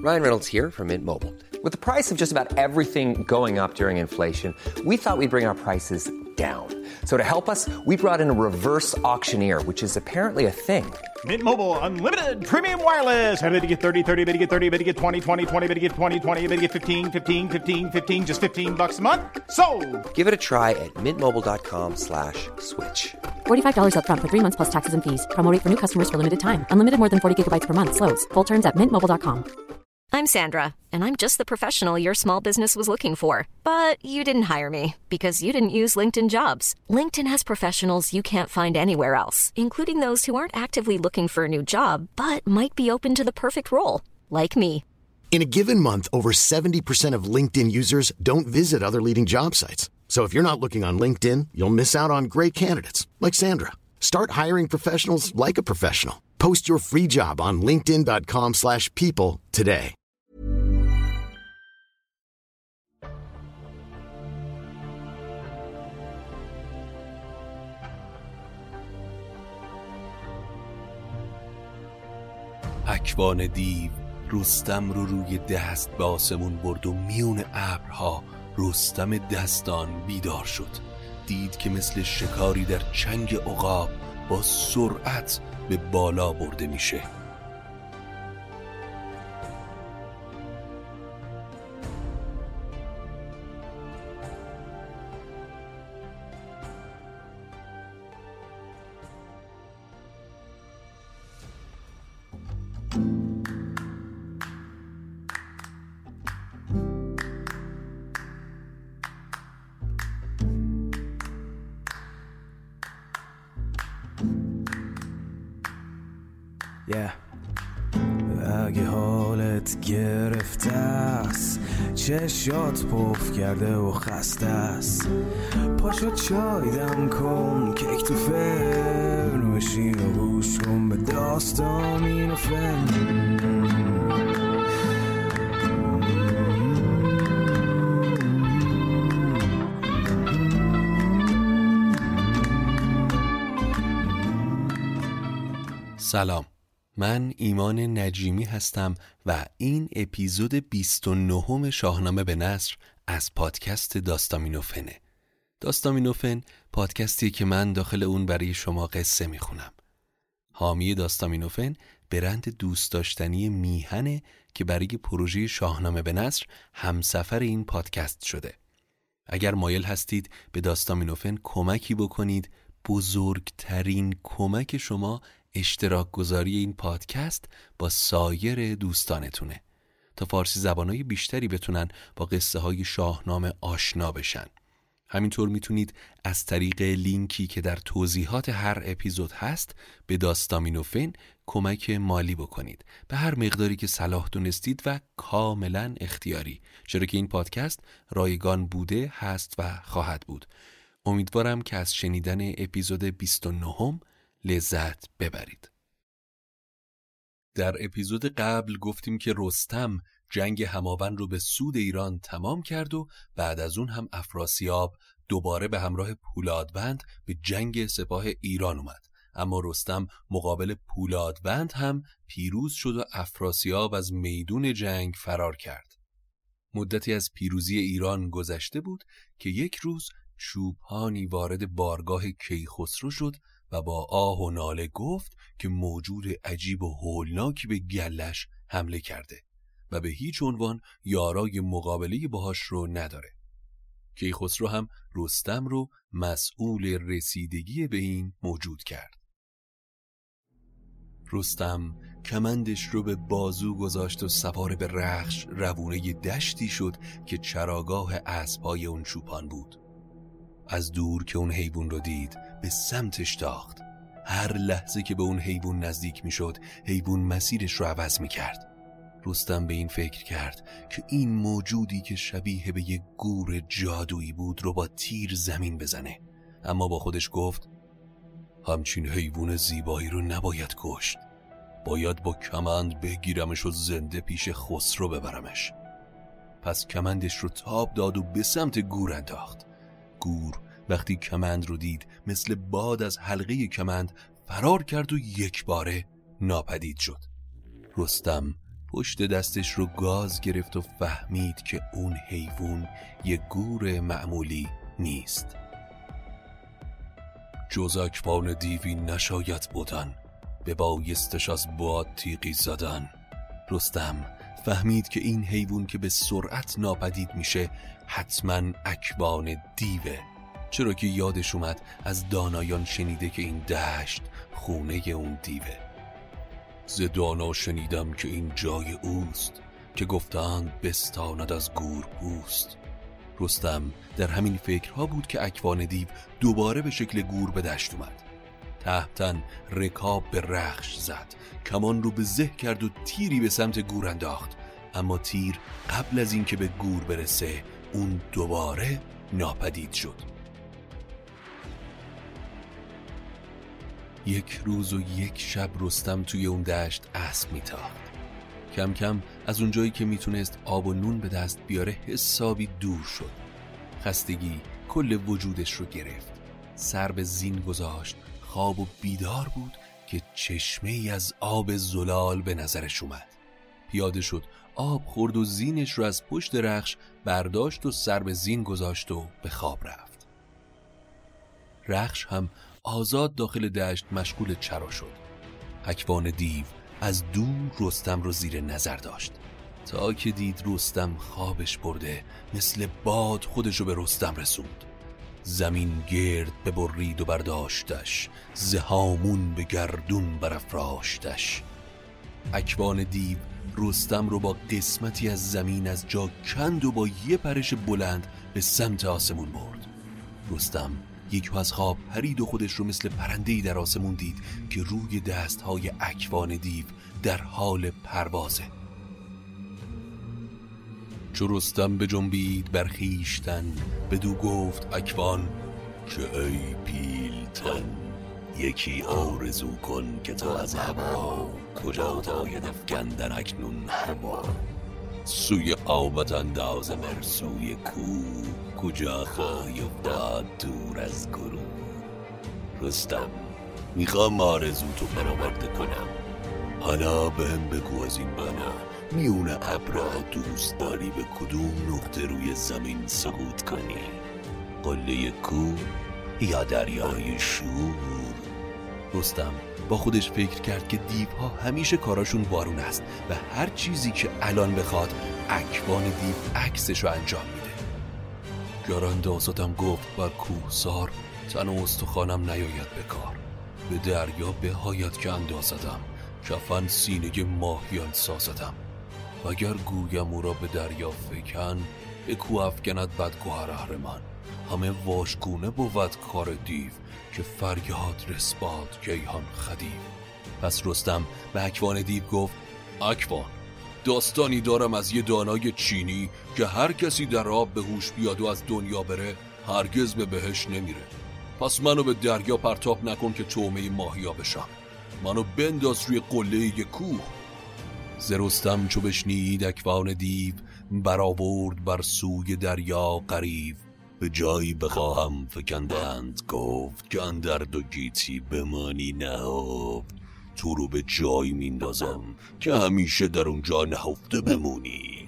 Ryan Reynolds here from Mint Mobile. With the price of just about everything going up during inflation, we thought we'd bring our prices down. So to help us, we brought in a reverse auctioneer, which is apparently a thing. Mint Mobile Unlimited Premium Wireless. How to get 30, 30, bit to get 30, bit to get 20, 20, 20, bit to get 20, 20, bit to get 15, 15, 15, 15, just $15 a month? Sold! Give it a try at mintmobile.com/switch. $45 up front for 3 months plus taxes and fees. Promo rate for new customers for limited time. Unlimited more than 40 gigabytes per month. Slows full terms at mintmobile.com. I'm Sandra, and I'm just the professional your small business was looking for. But you didn't hire me because you didn't use LinkedIn Jobs. LinkedIn has professionals you can't find anywhere else, including those who aren't actively looking for a new job, but might be open to the perfect role, like me. In a given month, over 70% of LinkedIn users don't visit other leading job sites. So if you're not looking on LinkedIn, you'll miss out on great candidates like Sandra. Start hiring professionals like a professional. Post your free job on linkedin.com/people today. اکوان دیو رستم رو روی دست به آسمون برد و میون ابرها رستم دستان بیدار شد. دید که مثل شکاری در چنگ عقاب با سرعت به بالا برده میشه. اگه حالت گرفته است، چشات پف کرده و خسته است، پاشو چای دم کن، کیک تو فرن بشین و گوش کن به داستامینوفن. سلام، من ایمان نجیمی هستم و این اپیزود 29 شاهنامه به نثر از پادکست داستامینوفنه. داستامینوفن پادکستی که من داخل اون برای شما قصه میخونم. حامی داستامینوفن برند دوست داشتنی میهنه که برای پروژه شاهنامه به نثر همسفر این پادکست شده. اگر مایل هستید به داستامینوفن کمکی بکنید، بزرگترین کمک شما اشتراک گذاری این پادکست با سایر دوستانتونه تا فارسی زبانهای بیشتری بتونن با قصه های شاهنامه آشنا بشن. همینطور میتونید از طریق لینکی که در توضیحات هر اپیزود هست به داستامینوفن کمک مالی بکنید به هر مقداری که صلاح دونستید و کاملا اختیاری، چرا که این پادکست رایگان بوده، هست و خواهد بود. امیدوارم که از شنیدن اپیزود 29 لذت ببرید. در اپیزود قبل گفتیم که رستم جنگ هماون رو به سود ایران تمام کرد و بعد از اون هم افراسیاب دوباره به همراه پولادوند به جنگ سپاه ایران اومد. اما رستم مقابل پولادوند هم پیروز شد و افراسیاب از میدون جنگ فرار کرد. مدتی از پیروزی ایران گذشته بود که یک روز چوپانی وارد بارگاه کیخسرو شد و با آه و ناله گفت که موجود عجیب و هولناکی به گلش حمله کرده و به هیچ عنوان یارای مقابله باهاش رو نداره. کیخسرو هم رستم رو مسئول رسیدگی به این موجود کرد. رستم کمندش رو به بازو گذاشت و سوار به رخش روونه دشتی شد که چراگاه اسب‌های اون چوپان بود. از دور که اون حیوان رو دید به سمتش تاخت. هر لحظه که به اون حیوان نزدیک می شد حیوان مسیرش رو عوض می کرد. رستم به این فکر کرد که این موجودی که شبیه به یک گور جادویی بود رو با تیر زمین بزنه، اما با خودش گفت همچین حیوان زیبایی رو نباید کشت، باید با کمند بگیرمش و زنده پیش خسرو ببرمش. پس کمندش رو تاب داد و به سمت گور انداخت. گور وقتی کمند رو دید مثل باد از حلقه کمند فرار کرد و یک باره ناپدید شد. رستم پشت دستش رو گاز گرفت و فهمید که اون حیوان یه گور معمولی نیست. جز اکوان دیوی نشاید بودن، به بایستش از باد تیغی زدن. رستم فهمید که این حیوان که به سرعت ناپدید میشه حتما اکوان دیوه، چرا که یادش اومد از دانایان شنیده که این دشت خونه اون دیوه. ز دانا شنیدم که این جای اوست، که گفتند بستاند از گور پوست. رستم در همین فکرها بود که اکوان دیو دوباره به شکل گور به دشت اومد. تهمتن رکاب به رخش زد، کمان رو به زه کرد و تیری به سمت گور انداخت، اما تیر قبل از این که به گور برسه اون دوباره ناپدید شد. یک روز و یک شب رستم توی اون دشت اسب میتاخت. کم کم از اونجایی که میتونست آب و نون به دست بیاره حسابی دور شد. خستگی کل وجودش رو گرفت. سر به زین گذاشت، خواب و بیدار بود که چشمه‌ای از آب زلال به نظرش اومد. پیاده شد، آب خورد و زینش رو از پشت رخش برداشت و سر به زین گذاشت و به خواب رفت. رخش هم آزاد داخل دشت مشغول چرا شد. اکوان دیو از دور رستم رو زیر نظر داشت، تا که دید رستم خوابش برده مثل باد خودش رو به رستم رسوند. زمین گرد ببرید و برداشتش، زهامون به گردون برافراشتش. اکوان دیو رستم رو با قسمتی از زمین از جا کند و با یه پرش بلند به سمت آسمون برد. رستم یکو از خواب پرید و خودش رو مثل پرنده‌ای در آسمون دید که روی دستهای اکوان دیو در حال پروازه. چو رستم بجنبید بر خویشتن، بدو گفت اکوان که ای پیلتن، یکی آرزو کن که تو از هوا، کجا تاید افکندن اکنون هوا. سوی آبت انداز مرسوی کو، کجا خواهی افتاد دور از گروه. رستم میخوام آرزو تو برآورده کنم، حالا بهم بگو از این بنا، میون ابرها دوست داری به کدوم نقطه روی زمین سقوط کنی؟ قله کوه یا دریای شور؟ رستم با خودش فکر کرد که دیوها همیشه کاراشون وارون است و هر چیزی که الان بخواد اکوان دیو عکسشو انجام میده. گران داستم گفت بر کوهسار، تن و استخوانم نیاید بکار. به دریا بهاید که اندازدم، کفن سینه ماهیان سازدم. اگر گویم او را به دریا فکن، به کوه افکند بدگوهر اهرمن. همه واشگونه بود کار دیو، که فریاد رسباد گیهان خدیو. پس رستم به اکوان دیو گفت اکوان، داستانی دارم از یه دانای چینی که هر کسی در آب به هوش بیاد و از دنیا بره هرگز به بهش نمیره. پس منو به دریا پرتاب نکن که طعمه ماهیا بشم، منو بنداز روی قله کوه. ز رستم چو بشنید اکوان دیو، برآورد بر سوی دریا غریو. به جایی بخواهم فکندند گفت، که اندر دو گیتی بمانی نهفت. تو رو به جایی میندازم که همیشه در اونجا نهفته بمونی.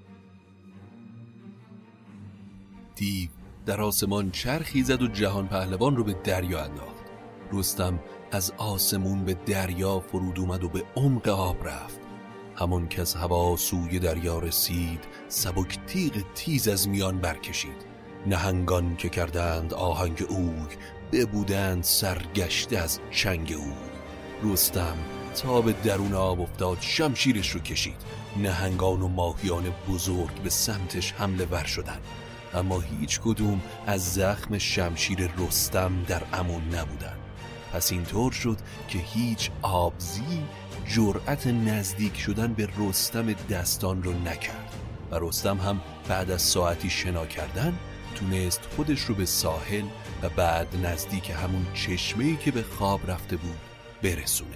دیو در آسمان چرخی زد و جهان پهلوان رو به دریا انداخت. رستم از آسمون به دریا فرود اومد و به عمق آب رفت. همون که از هوا سوی دریا رسید، سبک تیغ تیز از میان برکشید. نهنگان که کردند آهنگ اوی، ببودند سرگشته از چنگ اوی. رستم تا به درون آب افتاد شمشیرش رو کشید. نهنگان و ماهیان بزرگ به سمتش حمله ور شدند، اما هیچ کدوم از زخم شمشیر رستم در امان نبودند. پس اینطور شد که هیچ آبزی جرأت نزدیک شدن به رستم دستان رو نکرد و رستم هم بعد از ساعتی شنا کردن تونست خودش رو به ساحل و بعد نزدیک همون چشمه‌ای که به خواب رفته بود برسونه.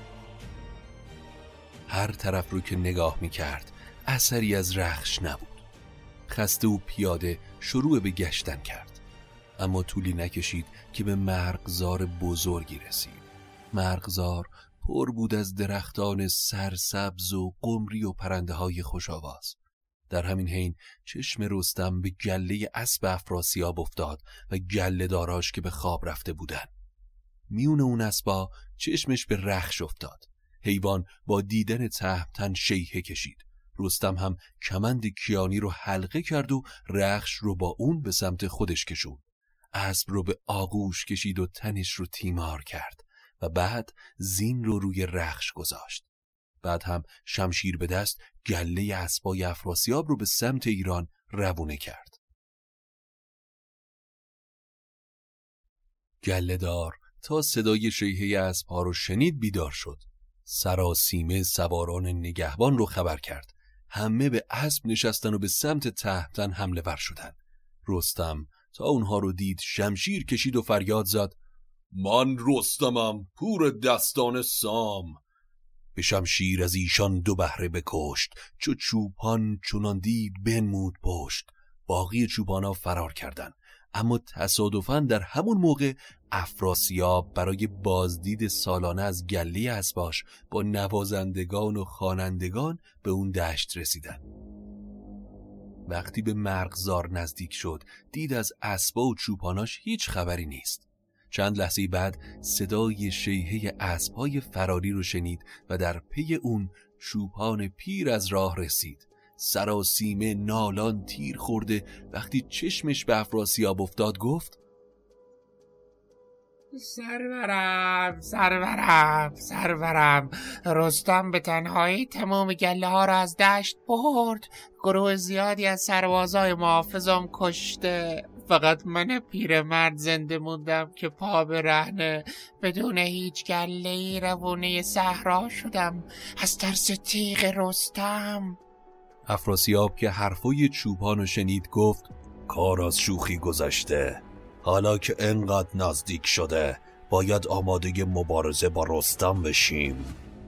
هر طرف رو که نگاه میکرد اثری از رخش نبود. خسته و پیاده شروع به گشتن کرد، اما طولی نکشید که به مرغزار بزرگی رسید. مرغزار پر بود از درختان سرسبز و قمری و پرنده های خوش آواز. در همین حین چشم رستم به گله اسب افراسیاب افتاد و گله داراش که به خواب رفته بودن. میون اون اسبا چشمش به رخش افتاد. حیوان با دیدن تهمتن شیهه کشید. رستم هم کمند کیانی رو حلقه کرد و رخش رو با اون به سمت خودش کشوند. اسب رو به آغوش کشید و تنش رو تیمار کرد و بعد زین رو روی رخش گذاشت. بعد هم شمشیر به دست گله اسبای افراسیاب رو به سمت ایران روونه کرد. گله دار تا صدای شیهه اسب‌ها رو شنید بیدار شد. سراسیمه سواران نگهبان رو خبر کرد. همه به اسب نشستن و به سمت تهمتن حمله ور شدن. رستم تا اونها رو دید شمشیر کشید و فریاد زد: من رستمم، پور دستان سام. به شمشیر از ایشان 2 بهره بکشت، چو چوپان چنان دید بنمود پشت. باقی چوپانا فرار کردن، اما تصادفاً در همون موقع افراسیاب برای بازدید سالانه از گله اسباش با نوازندگان و خوانندگان به اون دشت رسیدن. وقتی به مرغزار نزدیک شد دید از اسبا و چوپاناش هیچ خبری نیست. چند لحظه بعد صدای شیهه اسبهای فراری رو شنید و در پی اون چوپان پیر از راه رسید. سراسیمه نالان تیر خورده. وقتی چشمش به افراسیاب افتاد گفت: سرورم رستم به تنهایی تمام گله ها را از دشت برد. گروه زیادی از سربازای محافظم کشته. فقط من پیرمرد زنده موندم که پا به رهنه بدون هیچ گله‌ای روونه صحرا شدم از ترس تیغ رستم. افراسیاب که حرفای چوپانو شنید گفت: کار از شوخی گذشته. حالا که انقدر نزدیک شده باید آماده مبارزه با رستم بشیم.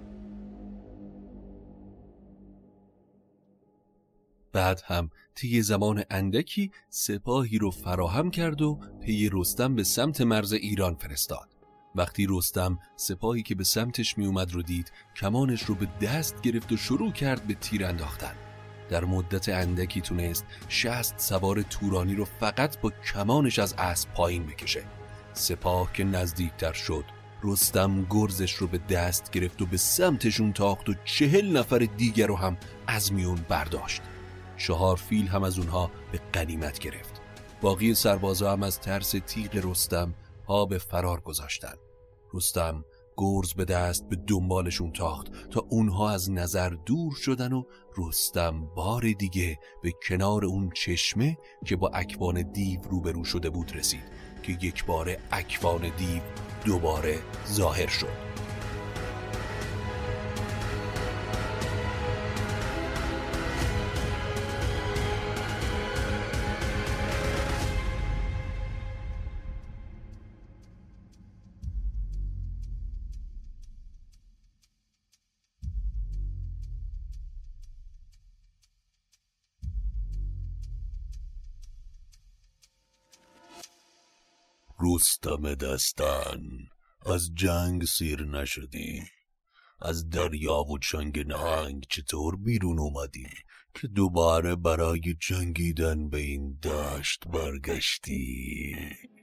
بعد هم طی زمان اندکی سپاهی رو فراهم کرد و پی رستم به سمت مرز ایران فرستاد. وقتی رستم سپاهی که به سمتش می اومد رو دید، کمانش رو به دست گرفت و شروع کرد به تیر انداختن. در مدت اندکی تونست 60 سوار تورانی رو فقط با کمانش از اسب پایین بکشه. سپاه که نزدیکتر شد، رستم گرزش رو به دست گرفت و به سمتشون تاخت و 40 نفر دیگر رو هم از میون برداشت. 4 فیل هم از اونها به غنیمت گرفت. باقی سربازا هم از ترس تیغ رستم پا به فرار گذاشتن. رستم گرز به دست به دنبالشون تاخت تا اونها از نظر دور شدن و رستم بار دیگه به کنار اون چشمه که با اکوان دیو روبرو شده بود رسید که یک بار اکوان دیو دوباره ظاهر شد. رستم دستان، از جنگ سیر نشدی؟ از دریا و چنگ نهنگ چطور بیرون اومدی که دوباره برای جنگیدن به این دشت برگشتی؟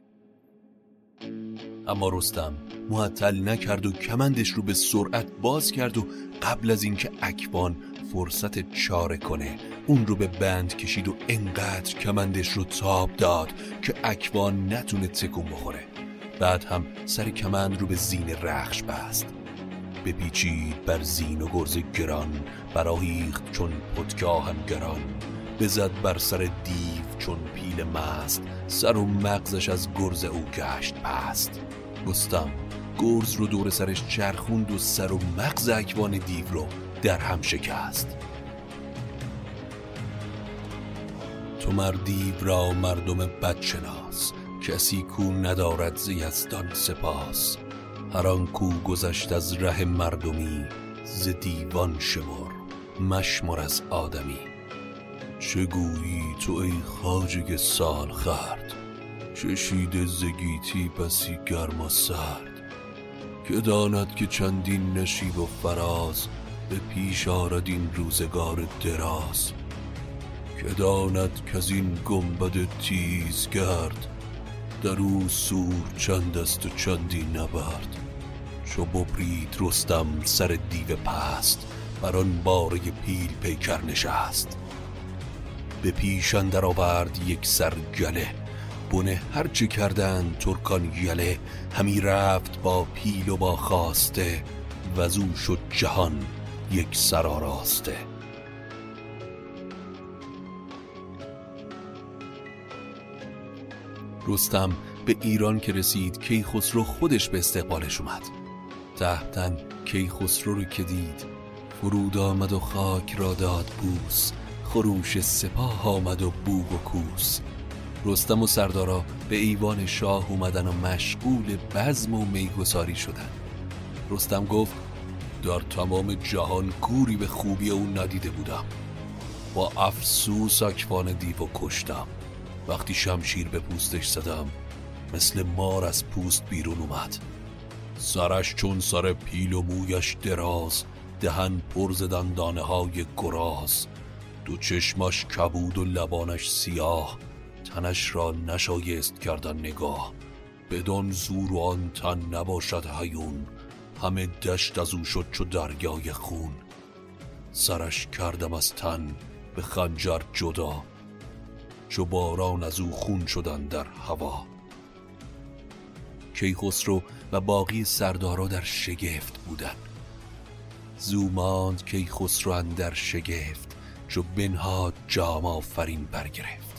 اما رستم معطل نکرد و کمندش رو به سرعت باز کرد و قبل از اینکه اکوان فرصت چاره کنه اون رو به بند کشید و انقدر کمندش رو تاب داد که اکوان نتونه تکون بخوره. بعد هم سر کمند رو به زین رخش بست، بپیچید بر زین و گرز گران، برآهیخت چون پتکاه هم گران، بزد بر سر دیو چون پیل مست، سر و مغزش از گرز او گشت پست. رستم گرز رو دور سرش چرخوند و سر و مغز اکوان دیو رو در هم شکست. تو مردیو را مردم بد شناس، کسی کو ندارد ز یزدان سپاس. هر آن کو گذشت از ره مردمی، ز دیوان شمر مشمر از آدمی. چه گویی تو ای خواجه سال خورد، چشیده ز گیتی بسی گرم و سرد. که داند که چندین نشیب و فراز به پیش آرد این روزگار دراز. که داند که از این گنبد تیزگرد در او سور چند است و چندی نبرد. چو ببرید رستم سر دیو پست بر آن باره پیل پیکر نشست. به پیش اندر آورد یک سر گله بنه هرچه کردند ترکان یله. همی رفت با پیل و با خواسته وزو شد جهان یک سر آراسته. رستم به ایران که رسید کیخسرو خودش به استقبالش اومد. تهمتن کیخسرو رو که دید فرود آمد و خاک را داد بوس. خروش سپاه آمد و بوق و کوس. رستم و سردارا به ایوان شاه اومدن و مشغول بزم و میگساری شدن. رستم گفت در تمام جهان گوری به خوبی اون ندیده بودم. با افسوس اکوان دیو کشتم. وقتی شمشیر به پوستش زدم مثل مار از پوست بیرون اومد. سرش چون سر پیل و مویش دراز دهن پر ز دندانه های گراز. دو چشمش کبود و لبانش سیاه تنش را نشایست کردن نگاه. بدان زور و آن تن نباشد هیون همه دشت از او شد چو دریای خون. سرش کردم از تن به خنجر جدا چو باران از او خون شدن در هوا. کیخسرو و باقی سردارا در شگفت بودن. زو ماند کیخسرو اندر شگفت چو بنهاد جام آفرین برگرفت.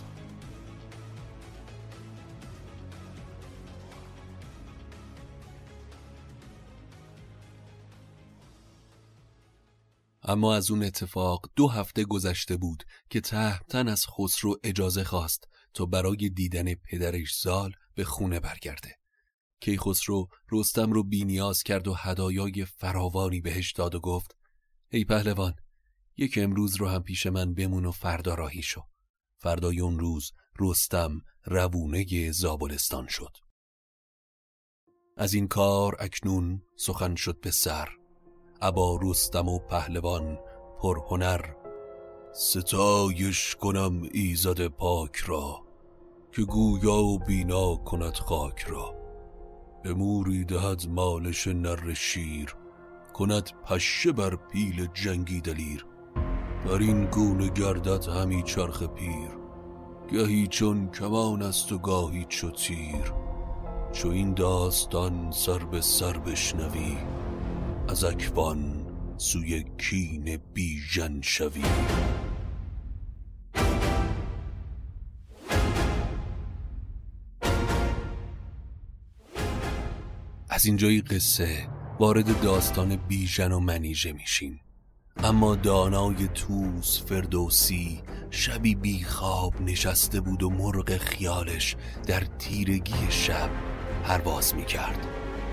اما از اون اتفاق 2 هفته گذشته بود که تهمتن از خسرو اجازه خواست تا برای دیدن پدرش زال به خونه برگرده. کیخسرو رستم رو بی‌نیاز کرد و هدایای فراوانی بهش داد و گفت ای پهلوان، یک امروز رو هم پیش من بمون و فردا راهی شو. فردای اون روز رستم روونه زابلستان شد. از این کار اکنون سخن شد به سر. ابا رستم و پهلوان پرهنر. ستایش کنم ایزد پاک را که گویا و بینا کند خاک را. به موری دهد مالش نر شیر کند پشه بر پیل جنگی دلیر. بر این گونه گردد همی چرخ پیر گهی چون کمان است و گاهی چو تیر. چو این داستان سر به سر بشنوی از اکوان سوی کین بیژن شوی. از اینجای قصه وارد داستان بیژن و منیژه میشیم. اما دانای طوس فردوسی شبی بی خواب نشسته بود و مرغ خیالش در تیرگی شب پرواز میکرد.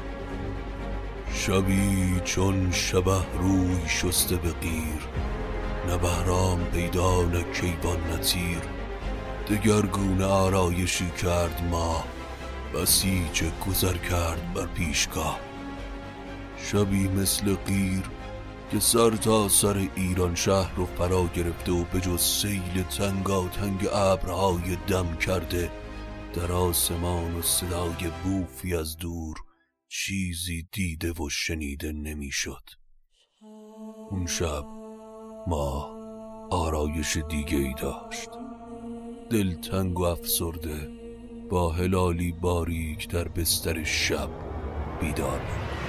شبی چون شبه روی شسته به قیر نه بهرام پیدا نه کیوان نه تیر. دگرگونه آرایشی کرد ما بسیچ گذر کرد بر پیشگاه. شبی مثل قیر که سر تا سر ایران شهر رو فرا گرفته و به جز سیل تنگاتنگ ابرهای دم کرده در آسمان و صدای بوفی از دور چیزی دیده و شنیده نمیشد. اون شب ما آرایش دیگه ای داشت. دلتنگ و افسرده با هلالی باریک در بستر شب بیدار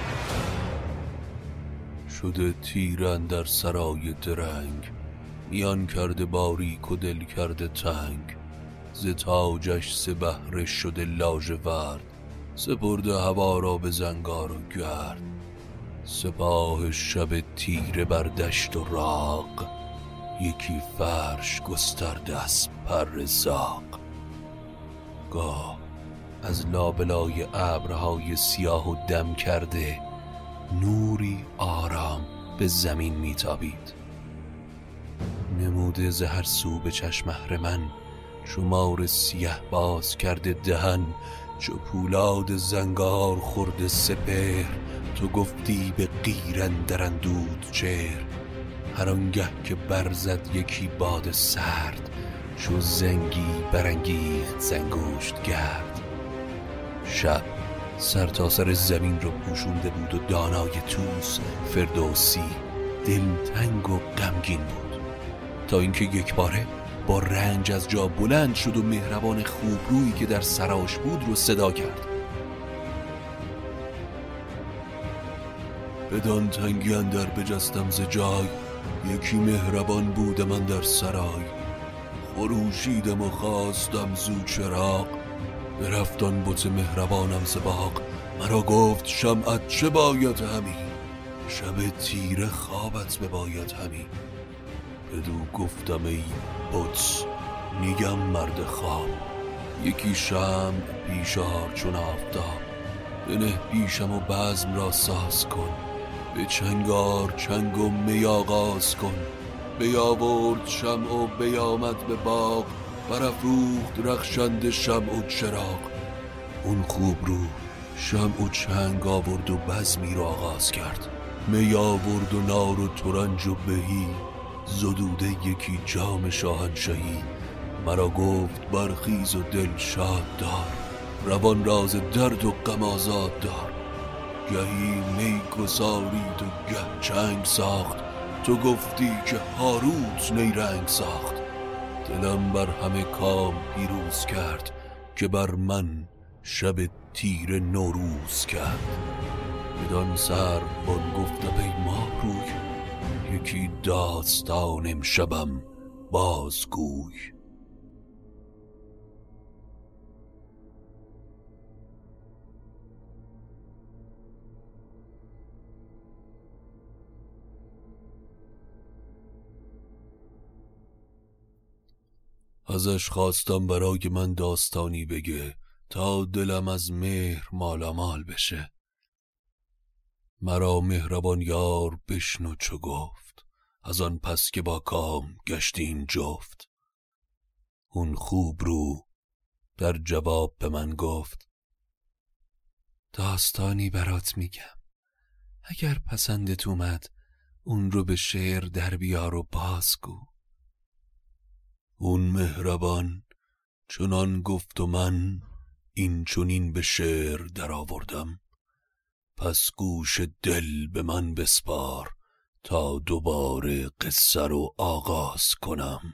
شده. تیرن در سرای درنگ میان کرده باریک و دل کرده تنگ. ز تاجش سه بهره شده لاژورد سپرده هوا را به زنگار و گرد. سپاه شب تیره بر دشت و راغ یکی فرش گسترده از پر زاغ. گاه از لابلای ابرهای سیاه و دم کرده نوری آرام به زمین میتابید. نموده ز هر سو به چشم اهرمن شمار سیه باز کرده دهن چو پولاد زنگار خورده سپهر، تو گفتی به قیرن در اندود چهر. هر آنگه که برزد یکی باد سرد، چو زنگی برانگیخت زنگشت گرد. شب سر تا سر زمین رو پوشونده بود و دانای طوس فردوسی دلتنگ و غمگین بود، تا اینکه یک باره با رنج از جا بلند شد و مهربان خوبرویی که در سراش بود رو صدا کرد. بدان تنگی اندر بجستم ز جای، یکی مهربان بود من در سرای. خروشیدم و خواستم زو چراغ، برفتان بت مهربانم ز باغ. مرا گفت شمعت چه باید همی، شب تیره خوابت بباید همی. بدو گفتم ای بت نیم مرد خواب، یکی شمع پیشار چون آفتاب. بنه پیشم و بزم را ساز کن، به چنگار چنگ و می آغاز کن. بیاورد شمع و بیامد به باغ، برافروخت رخشنده شمع و چراغ. اون خوب رو شمع و چنگ آورد و بزمی را آغاز کرد. می آورد و نار و ترنج و بهی، زدوده یکی جام شاهنشهی. مرا گفت برخیز و دل شاد دار، روان راز درد و غم آزاد دار. گهی می گسارید و گه چنگ ساخت، تو گفتی که هاروت نیرنگ ساخت. دلم بر همه کام پیروز کرد، که بر من شب تیر نوروز کرد. بدان سر بان گفتم ای ماه روی، یکی داستان امشبم بازگوی. ازش خواستم برای من داستانی بگه، تا دلم از مهر مالامال بشه. مرا مهربان یار بشنو چو گفت، از آن پس که با کام گشتیم جفت. اون خوب رو در جواب به من گفت، داستانی برات میگم، اگر پسندت اومد اون رو به شعر در بیار و بازگو. اون مهربان چنان گفت و من این چنین به شعر در آوردم. پس گوش دل به من بسپار، تا دوباره قصه رو آغاز کنم.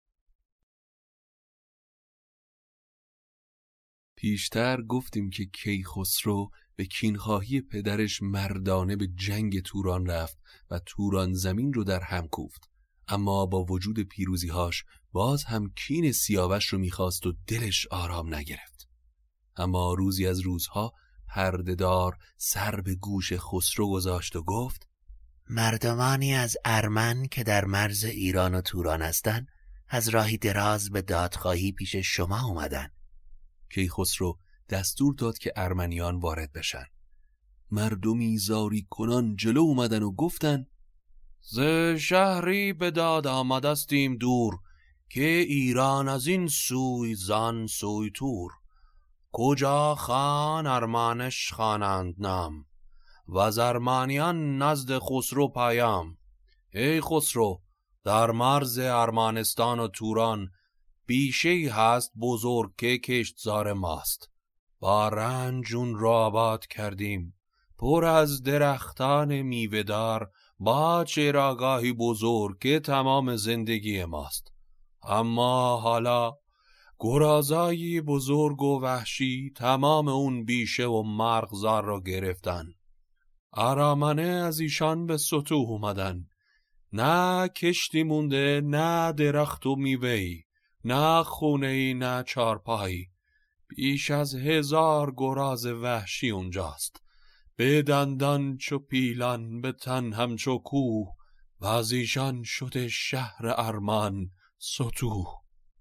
پیشتر گفتیم که کیخسرو به کینخواهی پدرش مردانه به جنگ توران رفت و توران زمین رو در هم کوفت، اما با وجود پیروزی‌هاش باز هم کین سیاوش رو می‌خواست و دلش آرام نگرفت. اما روزی از روزها پرده‌دار سر به گوش خسرو گذاشت و گفت، مردمانی از ارمن که در مرز ایران و توران هستند از راهی دراز به دادخواهی پیش شما اومدن. کیخسرو دستور داد که ارمنیان وارد بشن. مردمی زاری کنان جلو اومدن و گفتن، ز شهری به داد آمدستیم دور، که ایران از این سوی زان سوی تور. کجا خان ارمانش خوانند نام، و از ارمانیان نزد خسرو پیام. ای خسرو، در مرز ارمنستان و توران بیشه‌ای هست بزرگ که کشتزار ماست. با رنج اون را آباد کردیم، پر از درختان میوه‌دار، با چراگاهی بزرگ که تمام زندگی ماست. اما حالا گرازایی بزرگ و وحشی تمام اون بیشه و مرغزار را گرفتن. ارامنه از ایشان به سطوح اومدن، نه کشتی مونده، نه درخت و میوه‌ای، نه خونه‌ای، نه چارپایی. بیش از 1000 گراز وحشی اونجاست، به دندان چو پیلان، به تن همچو کوه، و از ایشان شده شهر ارمن سطوح.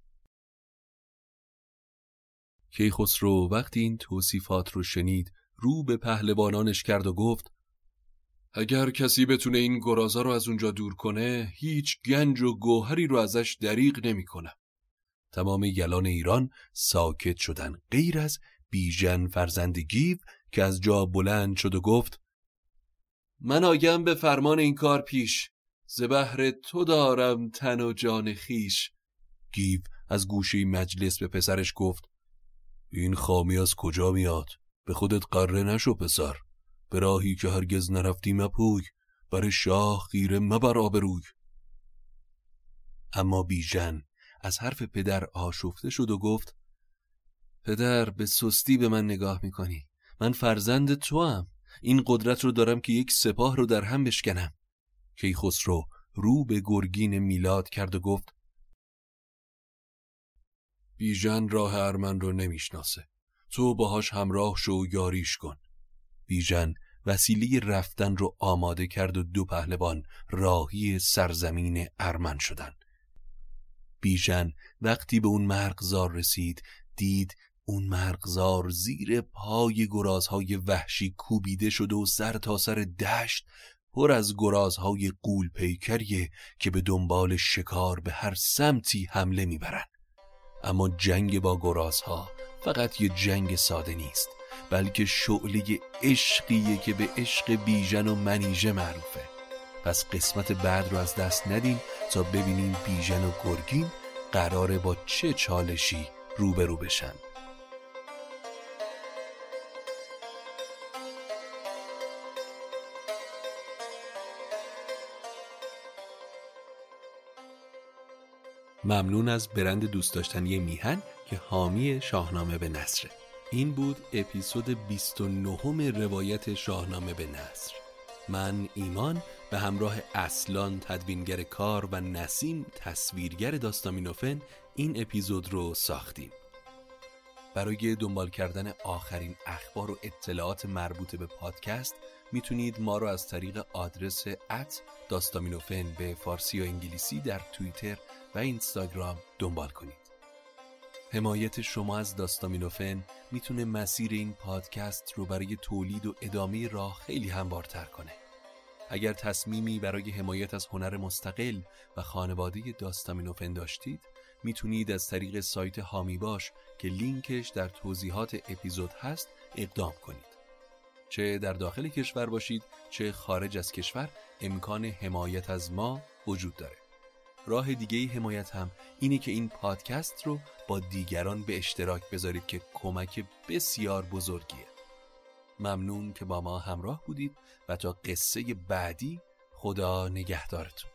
کیخسرو وقتی این توصیفات رو شنید رو به پهلوانانش کرد و گفت، اگر کسی بتونه این گرازا رو از اونجا دور کنه، هیچ گنج و گوهری رو ازش دریغ نمی کنه. تمام یلان ایران ساکت شدن غیر از بیژن فرزند گیو که از جا بلند شد و گفت من آگم به فرمان این کار پیش، ز بهر تو دارم تن و جان خیش. گیو از گوشه مجلس به پسرش گفت این خامی از کجا میاد؟ به خودت قره نشو پسر، به راهی که هرگز نرفتی مپوی، بر شاه خیره مبر آبروی. اما بیژن از حرف پدر آشفته شد و گفت پدر به سستی به من نگاه میکنی، من فرزند توام، این قدرت رو دارم که یک سپاه رو در هم بشکنم. کیخسرو رو به گرگین میلاد کرد و گفت بیژن راه ارمن رو نمیشناسه، تو باهاش همراه شو و یاریش کن. بیژن وسیله رفتن رو آماده کرد و دو پهلوان راهی سرزمین ارمن شدن. بیژن وقتی به اون مرغزار رسید دید اون مرغزار زیر پای گرازهای وحشی کوبیده شده و سر تا سر دشت پر از گرازهای غول پیکریه که به دنبال شکار به هر سمتی حمله میبرن. اما جنگ با گرازها فقط یه جنگ ساده نیست، بلکه شعله عشقیه که به عشق بیژن و منیژه معروفه. پس قسمت بعد رو از دست ندیم تا ببینیم بیژن و گرگین قراره با چه چالشی روبرو بشن. ممنون از برند دوست داشتنی میهن که حامی شاهنامه به نثر. این بود اپیزود 29 روایت شاهنامه به نثر. من ایمان به همراه اصلان تدوینگر کار و نسیم تصویرگر داستامینوفن این اپیزود رو ساختیم. برای دنبال کردن آخرین اخبار و اطلاعات مربوط به پادکست میتونید ما رو از طریق آدرس @داستامینوفن به فارسی و انگلیسی در توییتر و اینستاگرام دنبال کنید. حمایت شما از داستامینوفن میتونه مسیر این پادکست رو برای تولید و ادامه راه خیلی هموارتر کنه. اگر تصمیمی برای حمایت از هنر مستقل و خانواده داستامینوفن داشتید، میتونید از طریق سایت هامی باش که لینکش در توضیحات اپیزود هست اقدام کنید. چه در داخل کشور باشید چه خارج از کشور امکان حمایت از ما وجود داره. راه دیگه حمایت هم اینه که این پادکست رو با دیگران به اشتراک بذارید که کمک بسیار بزرگیه. ممنون که با ما همراه بودید و تا قصه بعدی خدا نگهدارتون.